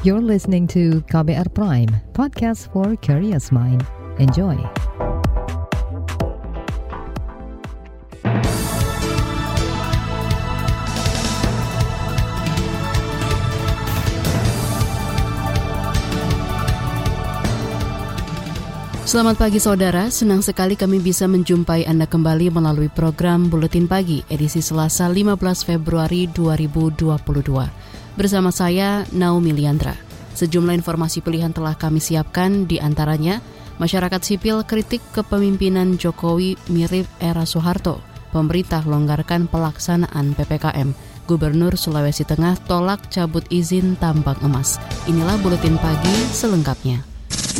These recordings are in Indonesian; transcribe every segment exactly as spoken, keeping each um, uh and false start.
You're listening to K B R Prime, podcast for curious mind. Enjoy. Selamat pagi saudara, senang sekali kami bisa menjumpai Anda kembali melalui program Buletin Pagi edisi Selasa lima belas Februari dua ribu dua puluh dua. Bersama saya, Naomi Liandra. Sejumlah informasi pilihan telah kami siapkan, di antaranya masyarakat sipil kritik kepemimpinan Jokowi mirip era Soeharto, pemerintah longgarkan pelaksanaan P P K M, Gubernur Sulawesi Tengah tolak cabut izin tambang emas. Inilah Buletin Pagi selengkapnya.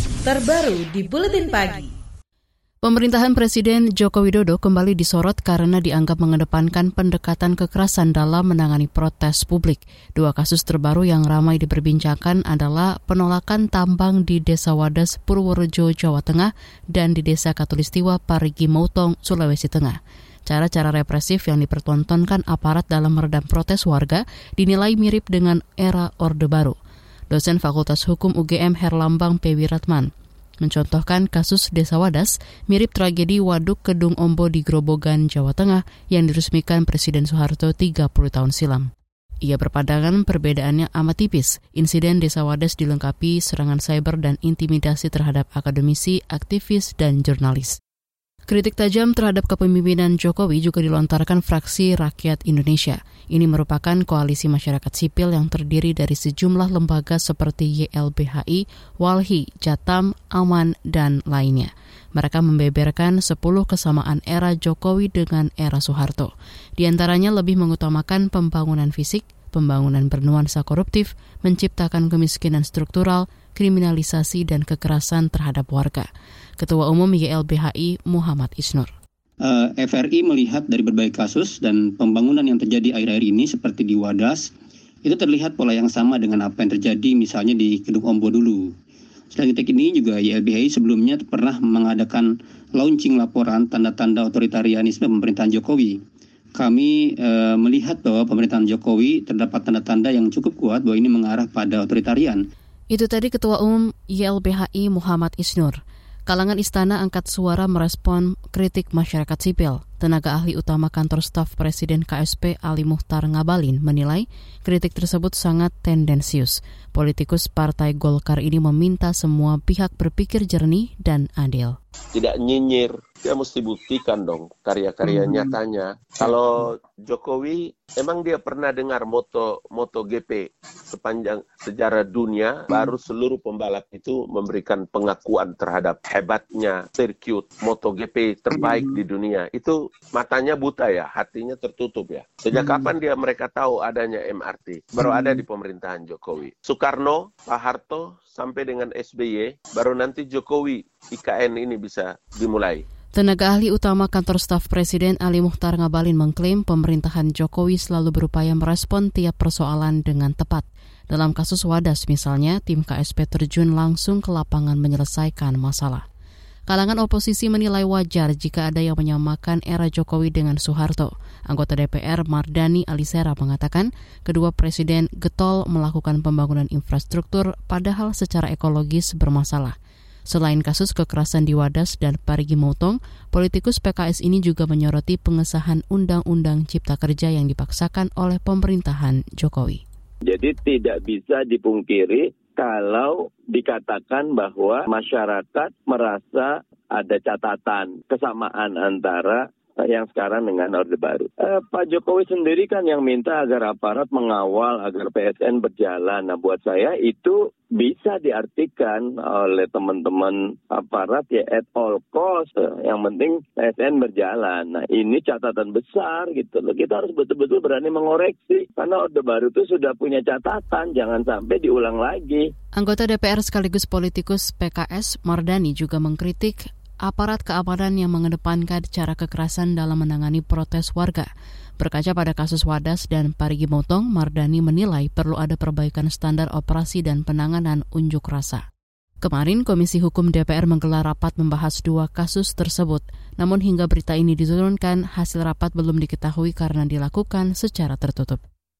Terbaru di Buletin Pagi. Pemerintahan Presiden Joko Widodo kembali disorot karena dianggap mengedepankan pendekatan kekerasan dalam menangani protes publik. Dua kasus terbaru yang ramai diperbincangkan adalah penolakan tambang di Desa Wadas, Purworejo, Jawa Tengah, dan di Desa Katulistiwa, Parigi Motong, Sulawesi Tengah. Cara-cara represif yang dipertontonkan aparat dalam meredam protes warga dinilai mirip dengan era Orde Baru. Dosen Fakultas Hukum U G M Herlambang P. Wiratman mencontohkan kasus Desa Wadas mirip tragedi Waduk Kedung Ombo di Grobogan, Jawa Tengah yang diresmikan Presiden Soeharto tiga puluh tahun silam. Ia berpandangan perbedaannya amat tipis. Insiden Desa Wadas dilengkapi serangan cyber dan intimidasi terhadap akademisi, aktivis, dan jurnalis. Kritik tajam terhadap kepemimpinan Jokowi juga dilontarkan fraksi Rakyat Indonesia. Ini merupakan koalisi masyarakat sipil yang terdiri dari sejumlah lembaga seperti Y L B H I, Walhi, Jatam, Aman, dan lainnya. Mereka membeberkan sepuluh kesamaan era Jokowi dengan era Soeharto. Di antaranya lebih mengutamakan pembangunan fisik, pembangunan bernuansa koruptif, menciptakan kemiskinan struktural, kriminalisasi, dan kekerasan terhadap warga. Ketua Umum Y L B H I Muhammad Isnur. Uh, F R I melihat dari berbagai kasus dan pembangunan yang terjadi akhir-akhir ini seperti di Wadas, itu terlihat pola yang sama dengan apa yang terjadi misalnya di Kedung Ombo dulu. Selain itu ini juga Y L B H I sebelumnya pernah mengadakan launching laporan tanda-tanda otoritarianisme pemerintahan Jokowi. Kami uh, melihat bahwa pemerintahan Jokowi terdapat tanda-tanda yang cukup kuat bahwa ini mengarah pada otoritarian. Itu tadi Ketua Umum Y L B H I Muhammad Isnur. Kalangan istana angkat suara merespon kritik masyarakat sipil. Tenaga ahli utama kantor staf Presiden K S P Ali Muchtar Ngabalin menilai kritik tersebut sangat tendensius. Politikus Partai Golkar ini meminta semua pihak berpikir jernih dan adil. Tidak nyinyir, dia mesti buktikan dong karya-karya hmm. nyatanya. Kalau Jokowi, emang dia pernah dengar moto MotoGP sepanjang sejarah dunia, hmm. baru seluruh pembalap itu memberikan pengakuan terhadap hebatnya sirkuit MotoGP terbaik hmm. di dunia. Itu matanya buta ya, hatinya tertutup ya. Sejak hmm. kapan dia mereka tahu adanya M R T? Baru hmm. ada di pemerintahan Jokowi. Soekarno, Pak Harto, sampai dengan S B Y, baru nanti Jokowi I K N ini bisa dimulai. Tenaga ahli utama kantor staf Presiden Ali Muchtar Ngabalin mengklaim pemerintahan Jokowi selalu berupaya merespon tiap persoalan dengan tepat. Dalam kasus Wadas misalnya, tim K S P terjun langsung ke lapangan menyelesaikan masalah. Kalangan oposisi menilai wajar jika ada yang menyamakan era Jokowi dengan Soeharto. Anggota D P R Mardani Alisera mengatakan kedua presiden getol melakukan pembangunan infrastruktur padahal secara ekologis bermasalah. Selain kasus kekerasan di Wadas dan Parigi Motong, politikus P K S ini juga menyoroti pengesahan Undang-Undang Cipta Kerja yang dipaksakan oleh pemerintahan Jokowi. Jadi tidak bisa dipungkiri kalau dikatakan bahwa masyarakat merasa ada catatan kesamaan antara yang sekarang dengan Orde Baru. Eh, Pak Jokowi sendiri kan yang minta agar aparat mengawal agar P S N berjalan. Nah, buat saya itu bisa diartikan oleh teman-teman aparat ya at all cost. Yang penting P S N berjalan. Nah, ini catatan besar gitu loh. Kita harus betul-betul berani mengoreksi. Karena Orde Baru itu sudah punya catatan. Jangan sampai diulang lagi. Anggota D P R sekaligus politikus P K S Mardani juga mengkritik aparat keamanan yang mengedepankan cara kekerasan dalam menangani protes warga. Berkaca pada kasus Wadas dan Parigi Motong, Mardani menilai perlu ada perbaikan standar operasi dan penanganan unjuk rasa. Kemarin, Komisi Hukum D P R menggelar rapat membahas dua kasus tersebut. Namun hingga berita ini diturunkan, hasil rapat belum diketahui karena dilakukan secara tertutup.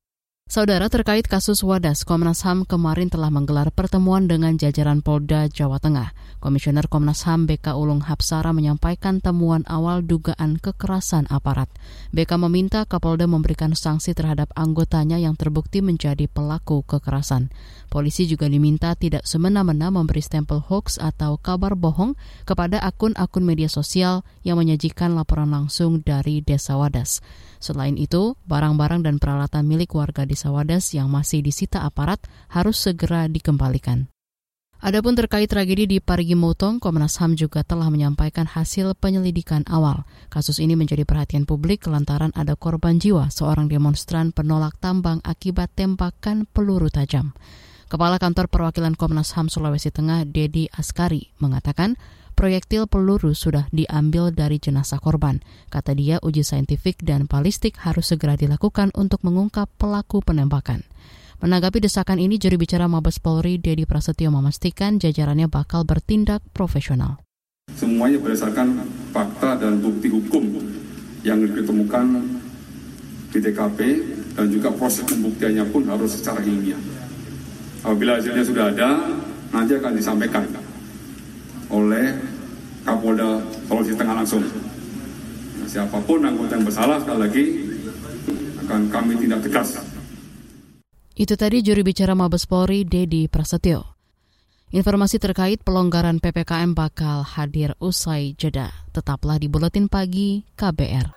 Saudara, terkait kasus Wadas, Komnas H A M kemarin telah menggelar pertemuan dengan jajaran Polda Jawa Tengah. Komisioner Komnas H A M B K Ulung Hapsara menyampaikan temuan awal dugaan kekerasan aparat. B K meminta Kapolda memberikan sanksi terhadap anggotanya yang terbukti menjadi pelaku kekerasan. Polisi juga diminta tidak semena-mena memberi stempel hoax atau kabar bohong kepada akun-akun media sosial yang menyajikan laporan langsung dari Desa Wadas. Selain itu, barang-barang dan peralatan milik warga Desa Wadas yang masih disita aparat harus segera dikembalikan. Adapun terkait tragedi di Parigi Motong, Komnas H A M juga telah menyampaikan hasil penyelidikan awal. Kasus ini menjadi perhatian publik lantaran ada korban jiwa seorang demonstran penolak tambang akibat tembakan peluru tajam. Kepala Kantor Perwakilan Komnas H A M Sulawesi Tengah, Dedi Askari, mengatakan proyektil peluru sudah diambil dari jenazah korban. Kata dia, uji saintifik dan balistik harus segera dilakukan untuk mengungkap pelaku penembakan. Menanggapi desakan ini, juru bicara Mabes Polri, Dedi Prasetyo, memastikan jajarannya bakal bertindak profesional. Semuanya berdasarkan fakta dan bukti hukum yang ditemukan di T K P dan juga proses pembuktiannya pun harus secara ilmiah. Apabila hasilnya sudah ada, nanti akan disampaikan oleh Kapolda Sulawesi Tengah langsung. Nah, siapapun anggota yang bersalah, sekali lagi akan kami tindak tegas. Itu tadi juru bicara Mabes Polri, Dedi Prasetyo. Informasi terkait pelonggaran P P K M bakal hadir usai jeda. Tetaplah di Buletin Pagi K B R.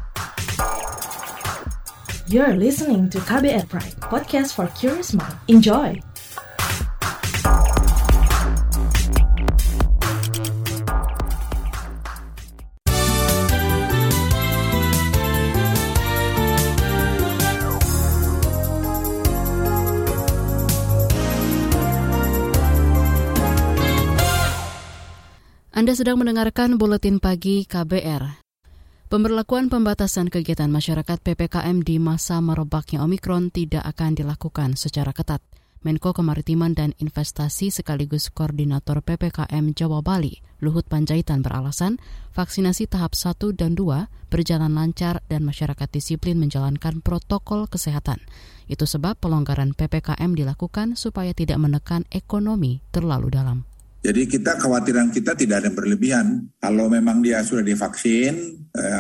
You're listening to K B R Prime, podcast for curious mind. Enjoy! Anda sedang mendengarkan Buletin Pagi K B R. Pemberlakuan pembatasan kegiatan masyarakat P P K M di masa merebaknya Omikron tidak akan dilakukan secara ketat. Menko Kemaritiman dan Investasi sekaligus Koordinator P P K M Jawa Bali, Luhut Panjaitan beralasan vaksinasi tahap satu dan dua berjalan lancar dan masyarakat disiplin menjalankan protokol kesehatan. Itu sebab pelonggaran P P K M dilakukan supaya tidak menekan ekonomi terlalu dalam. Jadi kita kekhawatiran kita tidak ada yang berlebihan. Kalau memang dia sudah divaksin,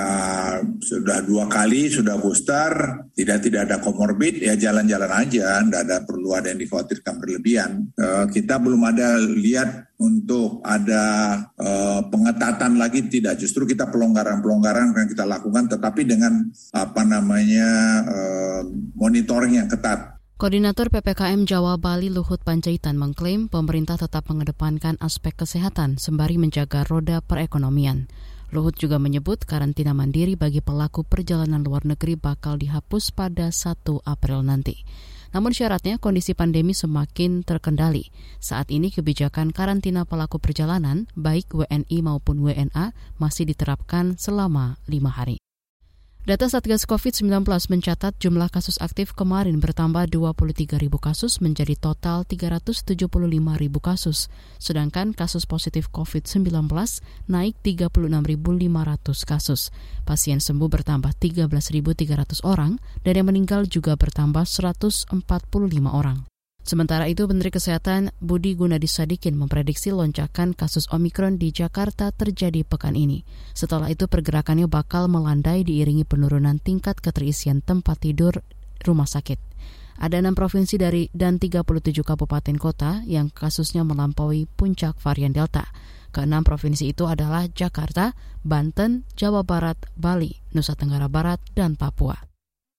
eh, sudah dua kali, sudah booster, tidak tidak ada komorbid, ya jalan-jalan aja, tidak ada perlu ada yang dikhawatirkan berlebihan. Eh, kita belum ada lihat untuk ada eh, pengetatan lagi, tidak. Justru kita pelonggaran-pelonggaran yang kita lakukan, tetapi dengan apa namanya eh, monitoring yang ketat. Koordinator P P K M Jawa Bali Luhut Panjaitan mengklaim pemerintah tetap mengedepankan aspek kesehatan sembari menjaga roda perekonomian. Luhut juga menyebut karantina mandiri bagi pelaku perjalanan luar negeri bakal dihapus pada satu April nanti. Namun syaratnya kondisi pandemi semakin terkendali. Saat ini kebijakan karantina pelaku perjalanan, baik W N I maupun W N A, masih diterapkan selama lima hari. Data Satgas covid sembilan belas mencatat jumlah kasus aktif kemarin bertambah dua puluh tiga ribu kasus menjadi total tiga ratus tujuh puluh lima ribu kasus. Sedangkan kasus positif covid sembilan belas naik tiga puluh enam ribu lima ratus kasus. Pasien sembuh bertambah tiga belas ribu tiga ratus orang dan yang meninggal juga bertambah seratus empat puluh lima orang. Sementara itu, Menteri Kesehatan Budi Gunadisadikin memprediksi lonjakan kasus Omikron di Jakarta terjadi pekan ini. Setelah itu, pergerakannya bakal melandai diiringi penurunan tingkat keterisian tempat tidur rumah sakit. Ada enam provinsi dari dan tiga puluh tujuh kabupaten kota yang kasusnya melampaui puncak varian Delta. Keenam provinsi itu adalah Jakarta, Banten, Jawa Barat, Bali, Nusa Tenggara Barat, dan Papua.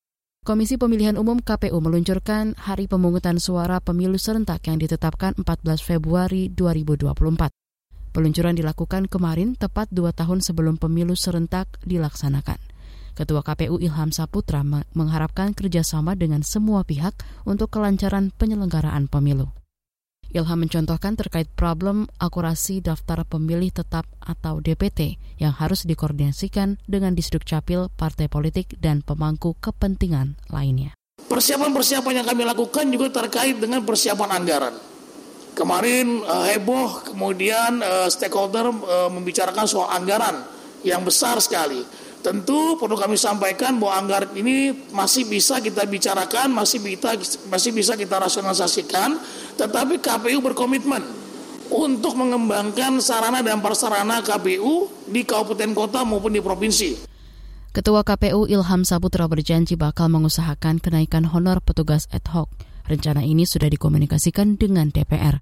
Komisi Pemilihan Umum K P U meluncurkan hari pemungutan suara pemilu serentak yang ditetapkan empat belas Februari dua ribu dua puluh empat. Peluncuran dilakukan kemarin tepat dua tahun sebelum pemilu serentak dilaksanakan. Ketua K P U Ilham Saputra mengharapkan kerjasama dengan semua pihak untuk kelancaran penyelenggaraan pemilu. Ilham mencontohkan terkait problem akurasi daftar pemilih tetap atau D P T yang harus dikoordinasikan dengan Disduk Capil, partai politik, dan pemangku kepentingan lainnya. Persiapan-persiapan yang kami lakukan juga terkait dengan persiapan anggaran. Kemarin uh, heboh, kemudian uh, stakeholder uh, membicarakan soal anggaran yang besar sekali. Tentu perlu kami sampaikan bahwa anggaran ini masih bisa kita bicarakan, masih bisa masih bisa kita rasionalisasikan, tetapi K P U berkomitmen untuk mengembangkan sarana dan prasarana K P U di kabupaten kota maupun di provinsi. Ketua K P U Ilham Saputra berjanji bakal mengusahakan kenaikan honor petugas ad hoc. Rencana ini sudah dikomunikasikan dengan D P R.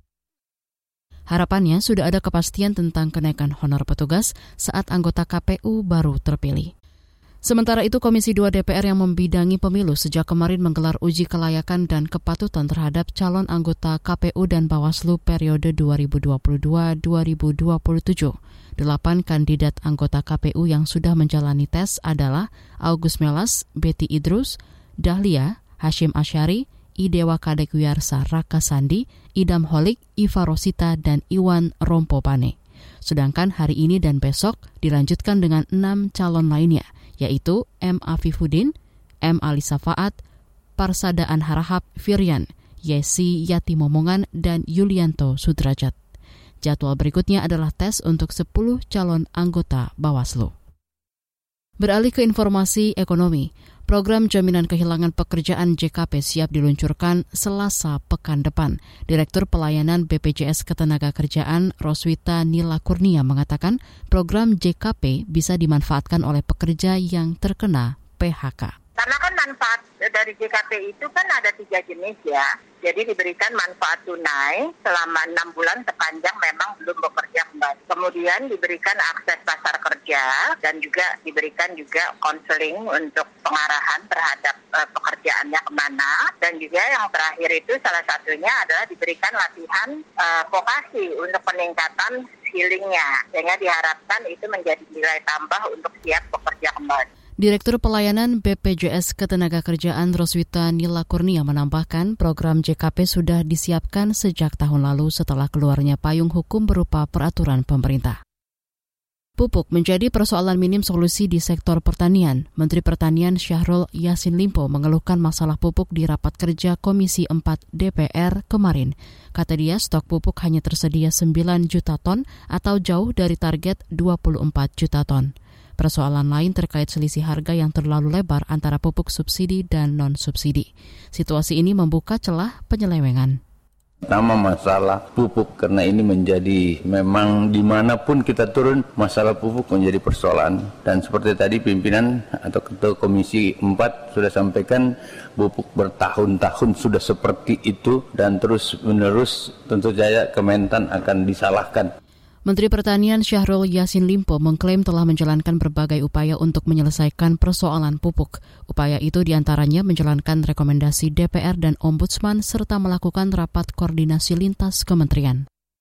Harapannya sudah ada kepastian tentang kenaikan honor petugas saat anggota K P U baru terpilih. Sementara itu, Komisi dua D P R yang membidangi pemilu sejak kemarin menggelar uji kelayakan dan kepatutan terhadap calon anggota K P U dan Bawaslu periode dua ribu dua puluh dua sampai dua ribu dua puluh tujuh. Delapan kandidat anggota K P U yang sudah menjalani tes adalah Agus Melas, Betty Idrus, Dahlia, Hashim Asyari, Idewa Kadekuarsa Raka Sandi, Idam Holik, Iva Rosita, dan Iwan Rompopane. Sedangkan hari ini dan besok dilanjutkan dengan enam calon lainnya, yaitu M. Afifuddin, M. Alisa Faat, Parsadaan Harahap Firyan, Yesi Yati Momongan, dan Yulianto Sudrajat. Jadwal berikutnya adalah tes untuk sepuluh calon anggota Bawaslu. Beralih ke informasi ekonomi, program jaminan kehilangan pekerjaan J K P siap diluncurkan Selasa pekan depan. Direktur Pelayanan B P J S Ketenagakerjaan Roswita Nila Kurnia mengatakan program J K P bisa dimanfaatkan oleh pekerja yang terkena P H K. Karena kan manfaat dari J K P itu kan ada tiga jenis ya. Jadi diberikan manfaat tunai selama enam bulan sepanjang memang belum bekerja kembali. Kemudian diberikan akses pasar kerja dan juga diberikan juga konseling untuk pengarahan terhadap uh, pekerjaannya kemana. Dan juga yang terakhir itu salah satunya adalah diberikan latihan uh, vokasi untuk peningkatan skillingnya. Sehingga diharapkan itu menjadi nilai tambah untuk siap bekerja kembali. Direktur Pelayanan B P J S Ketenagakerjaan Roswita Nila Kurnia menambahkan program J K P sudah disiapkan sejak tahun lalu setelah keluarnya payung hukum berupa peraturan pemerintah. Pupuk menjadi persoalan minim solusi di sektor pertanian. Menteri Pertanian Syahrul Yassin Limpo mengeluhkan masalah pupuk di rapat kerja Komisi empat D P R kemarin. Kata dia, stok pupuk hanya tersedia sembilan juta ton atau jauh dari target dua puluh empat juta ton. Persoalan lain terkait selisih harga yang terlalu lebar antara pupuk subsidi dan non-subsidi. Situasi ini membuka celah penyelewengan. Nama masalah pupuk karena ini menjadi memang dimanapun kita turun masalah pupuk menjadi persoalan. Dan seperti tadi pimpinan atau ketua Komisi empat sudah sampaikan pupuk bertahun-tahun sudah seperti itu dan terus menerus tentu saja Kementan akan disalahkan. Menteri Pertanian Syahrul Yassin Limpo mengklaim telah menjalankan berbagai upaya untuk menyelesaikan persoalan pupuk. Upaya itu diantaranya menjalankan rekomendasi D P R dan Ombudsman serta melakukan rapat koordinasi lintas kementerian.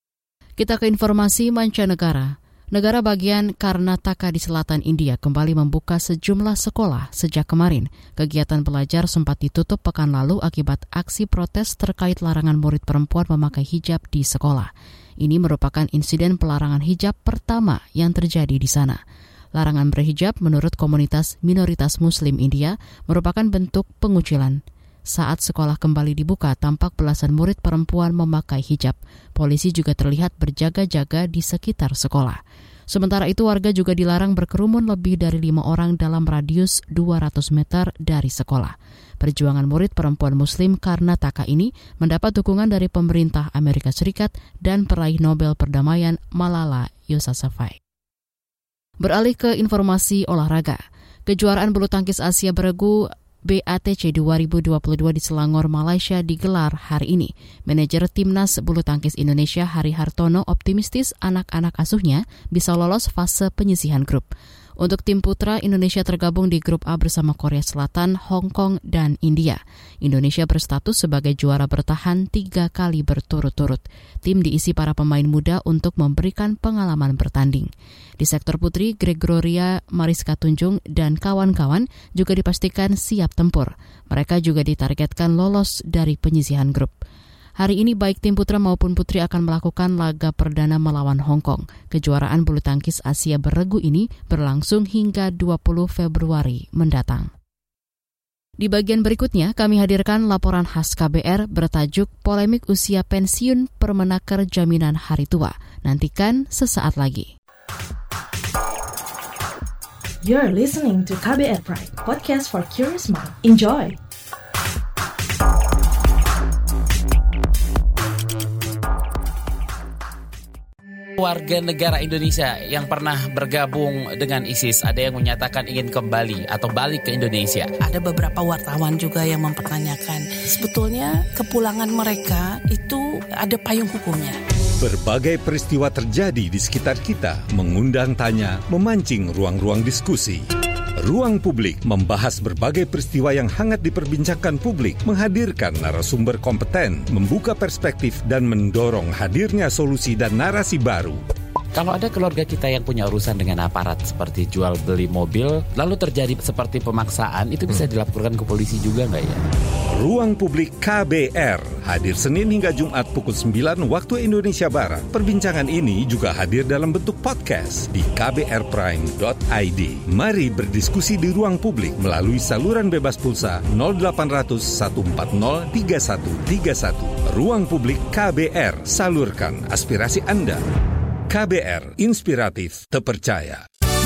Kita ke informasi mancanegara. Negara bagian Karnataka di selatan India kembali membuka sejumlah sekolah sejak kemarin. Kegiatan belajar sempat ditutup pekan lalu akibat aksi protes terkait larangan murid perempuan memakai hijab di sekolah. Ini merupakan insiden pelarangan hijab pertama yang terjadi di sana. Larangan berhijab menurut komunitas minoritas Muslim India merupakan bentuk pengucilan. Saat sekolah kembali dibuka, tampak belasan murid perempuan memakai hijab. Polisi juga terlihat berjaga-jaga di sekitar sekolah. Sementara itu, warga juga dilarang berkerumun lebih dari lima orang dalam radius dua ratus meter dari sekolah. Perjuangan murid perempuan Muslim Karnataka ini mendapat dukungan dari pemerintah Amerika Serikat dan peraih Nobel Perdamaian Malala Yousafzai. Beralih ke informasi olahraga. Kejuaraan bulu tangkis Asia beregu B A T C dua ribu dua puluh dua di Selangor, Malaysia digelar hari ini. Manajer Timnas Bulu Tangkis Indonesia Hari Hartono optimistis anak-anak asuhnya bisa lolos fase penyisihan grup. Untuk tim putra, Indonesia tergabung di grup A bersama Korea Selatan, Hong Kong, dan India. Indonesia berstatus sebagai juara bertahan tiga kali berturut-turut. Tim diisi para pemain muda untuk memberikan pengalaman bertanding. Di sektor putri, Gregoria Mariska Tunjung dan kawan-kawan juga dipastikan siap tempur. Mereka juga ditargetkan lolos dari penyisihan grup. Hari ini baik tim putra maupun putri akan melakukan laga perdana melawan Hong Kong. Kejuaraan bulu tangkis Asia beregu ini berlangsung hingga dua puluh Februari mendatang. Di bagian berikutnya, kami hadirkan laporan khas K B R bertajuk Polemik Usia Pensiun Permenaker Jaminan Hari Tua. Nantikan sesaat lagi. You're listening to K B R Pride, podcast for curious mind. Enjoy! Warga negara Indonesia yang pernah bergabung dengan ISIS, ada yang menyatakan ingin kembali atau balik ke Indonesia. Ada beberapa wartawan juga yang mempertanyakan, sebetulnya kepulangan mereka itu ada payung hukumnya. Berbagai peristiwa terjadi di sekitar kita, mengundang tanya, memancing ruang-ruang diskusi. Ruang Publik membahas berbagai peristiwa yang hangat diperbincangkan publik, menghadirkan narasumber kompeten, membuka perspektif, dan mendorong hadirnya solusi dan narasi baru. Kalau ada keluarga kita yang punya urusan dengan aparat seperti jual beli mobil, lalu terjadi seperti pemaksaan, itu bisa dilaporkan ke polisi juga nggak ya? Ruang Publik K B R hadir Senin hingga Jumat pukul sembilan waktu Indonesia Barat. Perbincangan ini juga hadir dalam bentuk podcast di k b r prime dot i d. Mari berdiskusi di Ruang Publik melalui saluran bebas pulsa nol delapan nol nol satu empat nol tiga satu tiga satu. Ruang Publik K B R, salurkan aspirasi Anda. K B R, inspiratif, terpercaya.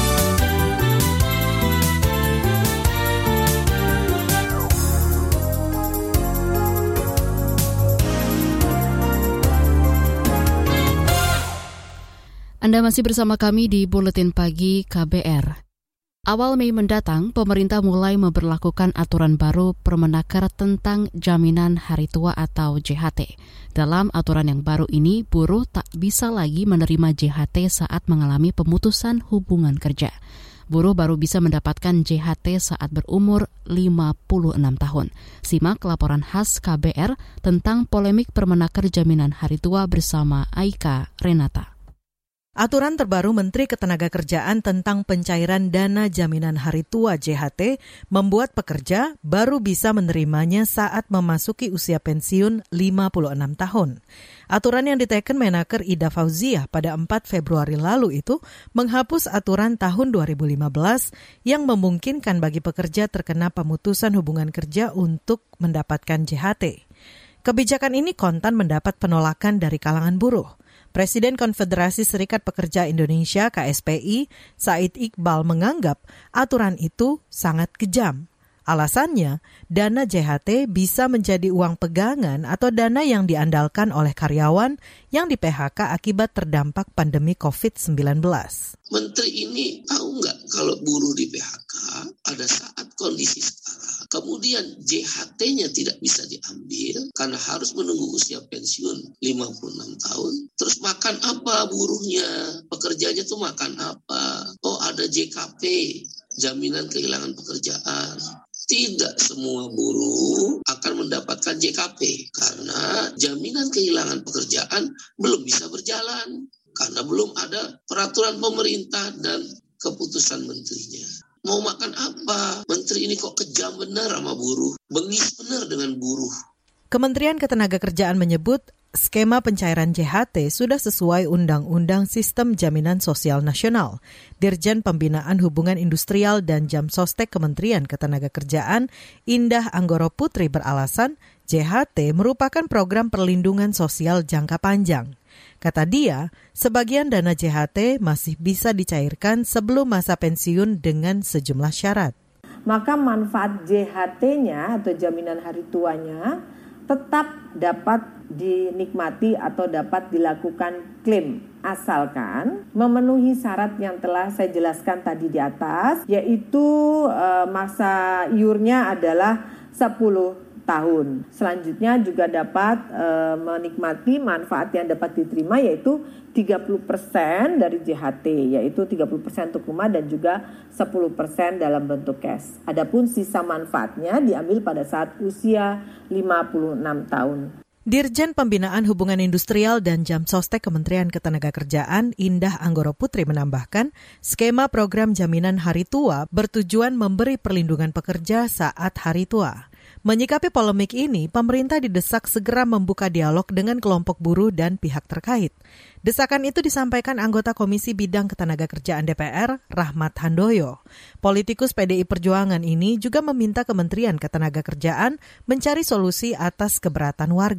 Anda masih bersama kami di Buletin Pagi K B R. Awal Mei mendatang, pemerintah mulai memberlakukan aturan baru Permenaker tentang jaminan hari tua atau J H T. Dalam aturan yang baru ini, buruh tak bisa lagi menerima J H T saat mengalami pemutusan hubungan kerja. Buruh baru bisa mendapatkan J H T saat berumur lima puluh enam tahun. Simak laporan khas K B R tentang polemik Permenaker jaminan hari tua bersama Aika Renata. Aturan terbaru Menteri Ketenagakerjaan tentang pencairan dana jaminan hari tua J H T membuat pekerja baru bisa menerimanya saat memasuki usia pensiun lima puluh enam tahun. Aturan yang diteken Menaker Ida Fauziah pada empat Februari lalu itu menghapus aturan tahun dua ribu lima belas yang memungkinkan bagi pekerja terkena pemutusan hubungan kerja untuk mendapatkan J H T. Kebijakan ini kontan mendapat penolakan dari kalangan buruh. Presiden Konfederasi Serikat Pekerja Indonesia K S P I, Said Iqbal menganggap aturan itu sangat kejam. Alasannya, dana J H T bisa menjadi uang pegangan atau dana yang diandalkan oleh karyawan yang di P H K akibat terdampak pandemi covid sembilan belas. Menteri ini tahu nggak kalau buruh di P H K pada saat kondisi sekarang, kemudian J H T-nya tidak bisa diambil karena harus menunggu usia pensiun lima puluh enam tahun. Terus makan apa buruhnya? Pekerjanya tuh makan apa? Oh, ada J K P, jaminan kehilangan pekerjaan. Tidak semua buruh akan mendapatkan J K P karena jaminan kehilangan pekerjaan belum bisa berjalan karena belum ada peraturan pemerintah dan keputusan menterinya. Mau makan apa? Menteri ini kok kejam benar sama buruh, bengis benar dengan buruh. Kementerian Ketenagakerjaan menyebut skema pencairan J H T sudah sesuai Undang-Undang Sistem Jaminan Sosial Nasional. Dirjen Pembinaan Hubungan Industrial dan Jamsostek Kementerian Ketenagakerjaan, Indah Anggoro Putri beralasan J H T merupakan program perlindungan sosial jangka panjang. Kata dia, sebagian dana J H T masih bisa dicairkan sebelum masa pensiun dengan sejumlah syarat. Maka manfaat J H T-nya atau jaminan hari tuanya tetap dapat dinikmati atau dapat dilakukan klaim asalkan memenuhi syarat yang telah saya jelaskan tadi di atas, yaitu e, masa iurnya adalah sepuluh tahun. Selanjutnya juga dapat e, menikmati manfaat yang dapat diterima yaitu tiga puluh persen dari J H T, yaitu tiga puluh persen untuk rumah dan juga sepuluh persen dalam bentuk cash. Adapun sisa manfaatnya diambil pada saat usia lima puluh enam tahun. Dirjen Pembinaan Hubungan Industrial dan Jamsostek Kementerian Ketenagakerjaan Indah Anggoro Putri menambahkan, skema program jaminan hari tua bertujuan memberi perlindungan pekerja saat hari tua. Menyikapi polemik ini, pemerintah didesak segera membuka dialog dengan kelompok buruh dan pihak terkait. Desakan itu disampaikan anggota Komisi Bidang Ketenagakerjaan D P R, Rahmat Handoyo. Politikus P D I Perjuangan ini juga meminta Kementerian Ketenagakerjaan mencari solusi atas keberatan warga.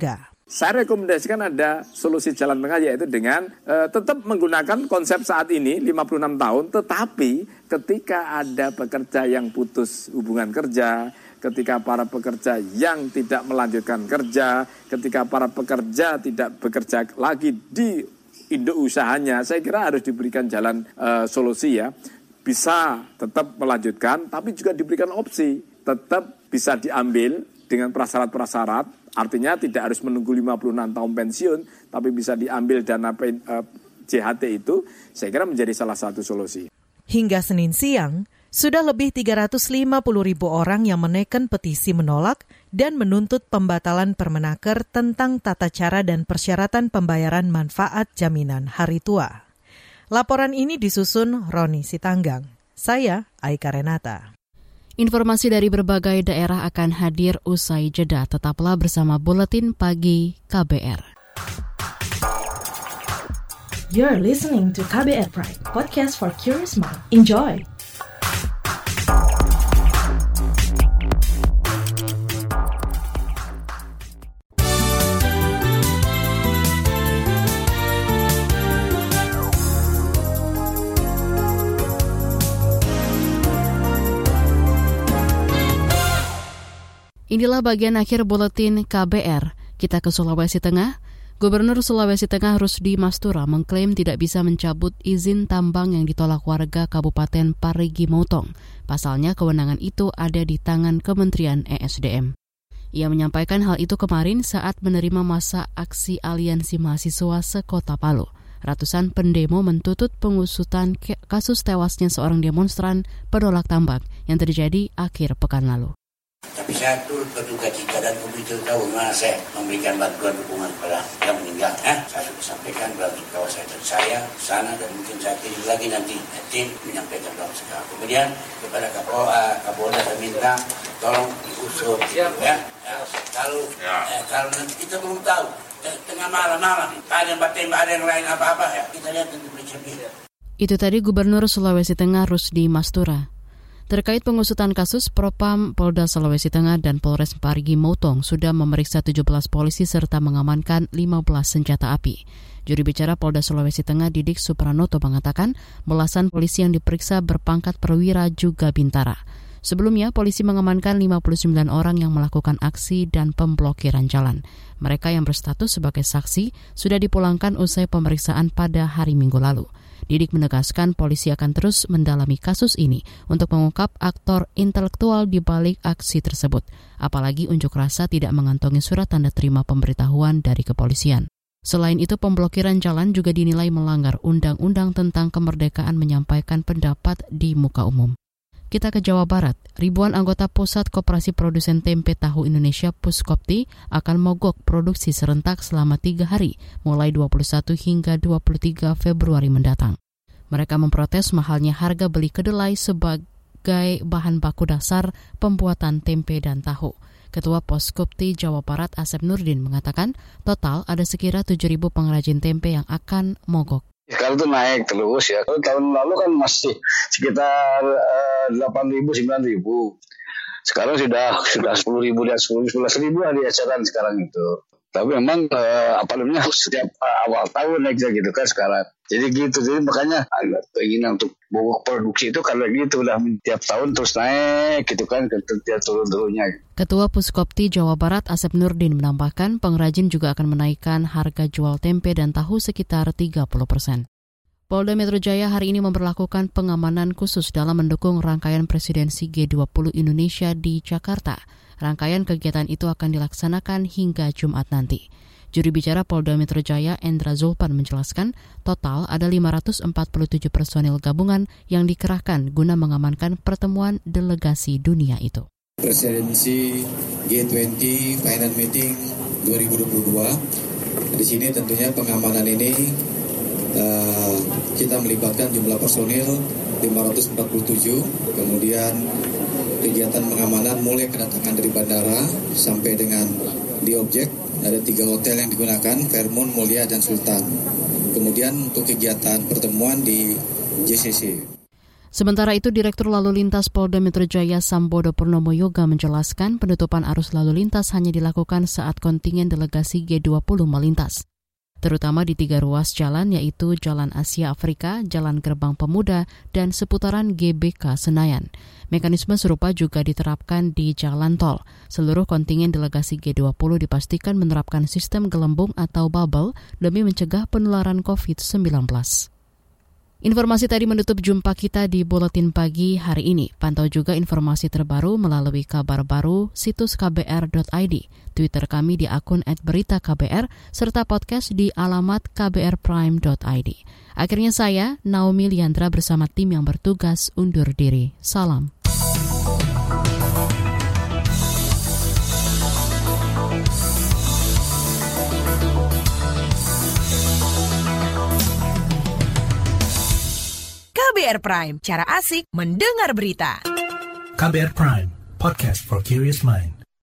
Saya rekomendasikan ada solusi jalan tengah, yaitu dengan uh, tetap menggunakan konsep saat ini lima puluh enam tahun, tetapi ketika ada pekerja yang putus hubungan kerja, ketika para pekerja yang tidak melanjutkan kerja, ketika para pekerja tidak bekerja lagi di induk usahanya, saya kira harus diberikan jalan uh, solusi ya. Bisa tetap melanjutkan, tapi juga diberikan opsi, tetap bisa diambil dengan prasyarat-prasyarat. Artinya tidak harus menunggu lima puluh enam tahun pensiun, tapi bisa diambil dana uh, J H T itu, saya kira menjadi salah satu solusi. Hingga Senin siang, sudah lebih tiga ratus lima puluh ribu orang yang menaikkan petisi menolak dan menuntut pembatalan Permenaker tentang tata cara dan persyaratan pembayaran manfaat jaminan hari tua. Laporan ini disusun Roni Sitanggang. Saya Aika Renata. Informasi dari berbagai daerah akan hadir usai jeda. Tetaplah bersama Buletin Pagi K B R. You're listening to K B R Pride, podcast for curious mind. Enjoy! Inilah bagian akhir buletin K B R. Kita ke Sulawesi Tengah. Gubernur Sulawesi Tengah Rusdi Mastura mengklaim tidak bisa mencabut izin tambang yang ditolak warga Kabupaten Parigi Motong. Pasalnya kewenangan itu ada di tangan Kementerian E S D M. Ia menyampaikan hal itu kemarin saat menerima masa aksi aliansi mahasiswa sekota Palu. Ratusan pendemo menuntut pengusutan kasus tewasnya seorang demonstran penolak tambang yang terjadi akhir pekan lalu. Tapi saya turut berduka cita dan begitu tahu mana saya memberikan bantuan dukungan kepada yang meninggal. Eh, saya sudah sampaikan kepada kawasan saya sana dan mungkin saya kirim lagi nanti tim menyampaikan dalam segala. Kemudian kepada Kapolda, Kapolda saya minta tolong diusut, ya. ya. Kalau ya. Eh, kalau nanti kita belum tahu tengah malam-malam ada yang tembak ada yang lain apa-apa ya kita lihat nanti bercermin. Itu tadi Gubernur Sulawesi Tengah Rusdi Mastura. Terkait pengusutan kasus, Propam Polda Sulawesi Tengah dan Polres Parigi Motong sudah memeriksa tujuh belas polisi serta mengamankan lima belas senjata api. Juru bicara Polda Sulawesi Tengah Didik Supranoto mengatakan belasan polisi yang diperiksa berpangkat perwira juga bintara. Sebelumnya, polisi mengamankan lima puluh sembilan orang yang melakukan aksi dan pemblokiran jalan. Mereka yang berstatus sebagai saksi sudah dipulangkan usai pemeriksaan pada hari Minggu lalu. Didik menegaskan polisi akan terus mendalami kasus ini untuk mengungkap aktor intelektual di balik aksi tersebut. Apalagi unjuk rasa tidak mengantongi surat tanda terima pemberitahuan dari kepolisian. Selain itu, pemblokiran jalan juga dinilai melanggar undang-undang tentang kemerdekaan menyampaikan pendapat di muka umum. Kita ke Jawa Barat. Ribuan anggota Pusat Koperasi Produsen Tempe Tahu Indonesia Puskopti akan mogok produksi serentak selama tiga hari, mulai dua puluh satu hingga dua puluh tiga Februari mendatang. Mereka memprotes mahalnya harga beli kedelai sebagai bahan baku dasar pembuatan tempe dan tahu. Ketua Puskopti Jawa Barat Asep Nurdin mengatakan total ada sekira tujuh ribu pengrajin tempe yang akan mogok. Sekarang itu naik terus ya. Kalau tahun lalu kan masih sekitar uh, delapan ribu, sembilan ribu. Sekarang sudah sudah sepuluh ribu dan sepuluh, sebelas ribu yang diajarkan sekarang itu. Tapi memang uh, apa namanya setiap uh, awal tahun naiknya gitu kan sekarang. Jadi gitu. Jadi makanya ada keinginan untuk mogok produksi itu kalau gitu udah tiap tahun terus naik gitu kan tiap turun-turunnya. Ketua Puskopti Jawa Barat Asep Nurdin menambahkan pengrajin juga akan menaikkan harga jual tempe dan tahu sekitar tiga puluh persen. Polda Metro Jaya hari ini memberlakukan pengamanan khusus dalam mendukung rangkaian presidensi G dua puluh Indonesia di Jakarta. Rangkaian kegiatan itu akan dilaksanakan hingga Jumat nanti. Juru bicara Polda Metro Jaya Endra Zulpan menjelaskan total ada lima ratus empat puluh tujuh personil gabungan yang dikerahkan guna mengamankan pertemuan delegasi dunia itu. Presidensi G dua puluh Finance Meeting dua ribu dua puluh dua. Di sini tentunya pengamanan ini uh, kita melibatkan jumlah personil lima ratus empat puluh tujuh, kemudian kegiatan pengamanan mulai kedatangan dari bandara sampai dengan di objek. Ada tiga hotel yang digunakan, Fairmont, Mulia, dan Sultan. Kemudian untuk kegiatan pertemuan di J C C. Sementara itu, Direktur Lalu Lintas Polda Metro Jaya Sambodo Purnomo Yoga menjelaskan penutupan arus lalu lintas hanya dilakukan saat kontingen delegasi G dua puluh melintas, terutama di tiga ruas jalan yaitu Jalan Asia Afrika, Jalan Gerbang Pemuda, dan seputaran G B K Senayan. Mekanisme serupa juga diterapkan di jalan tol. Seluruh kontingen delegasi G dua puluh dipastikan menerapkan sistem gelembung atau bubble demi mencegah penularan covid sembilan belas. Informasi tadi menutup jumpa kita di Buletin Pagi hari ini. Pantau juga informasi terbaru melalui kabar baru situs k b r dot i d, Twitter kami di akun et berita k b r, serta podcast di alamat k b r prime dot i d. Akhirnya saya, Naomi Liandra bersama tim yang bertugas undur diri. Salam. K B R Prime, cara asik mendengar berita. K B R Prime, podcast for curious mind.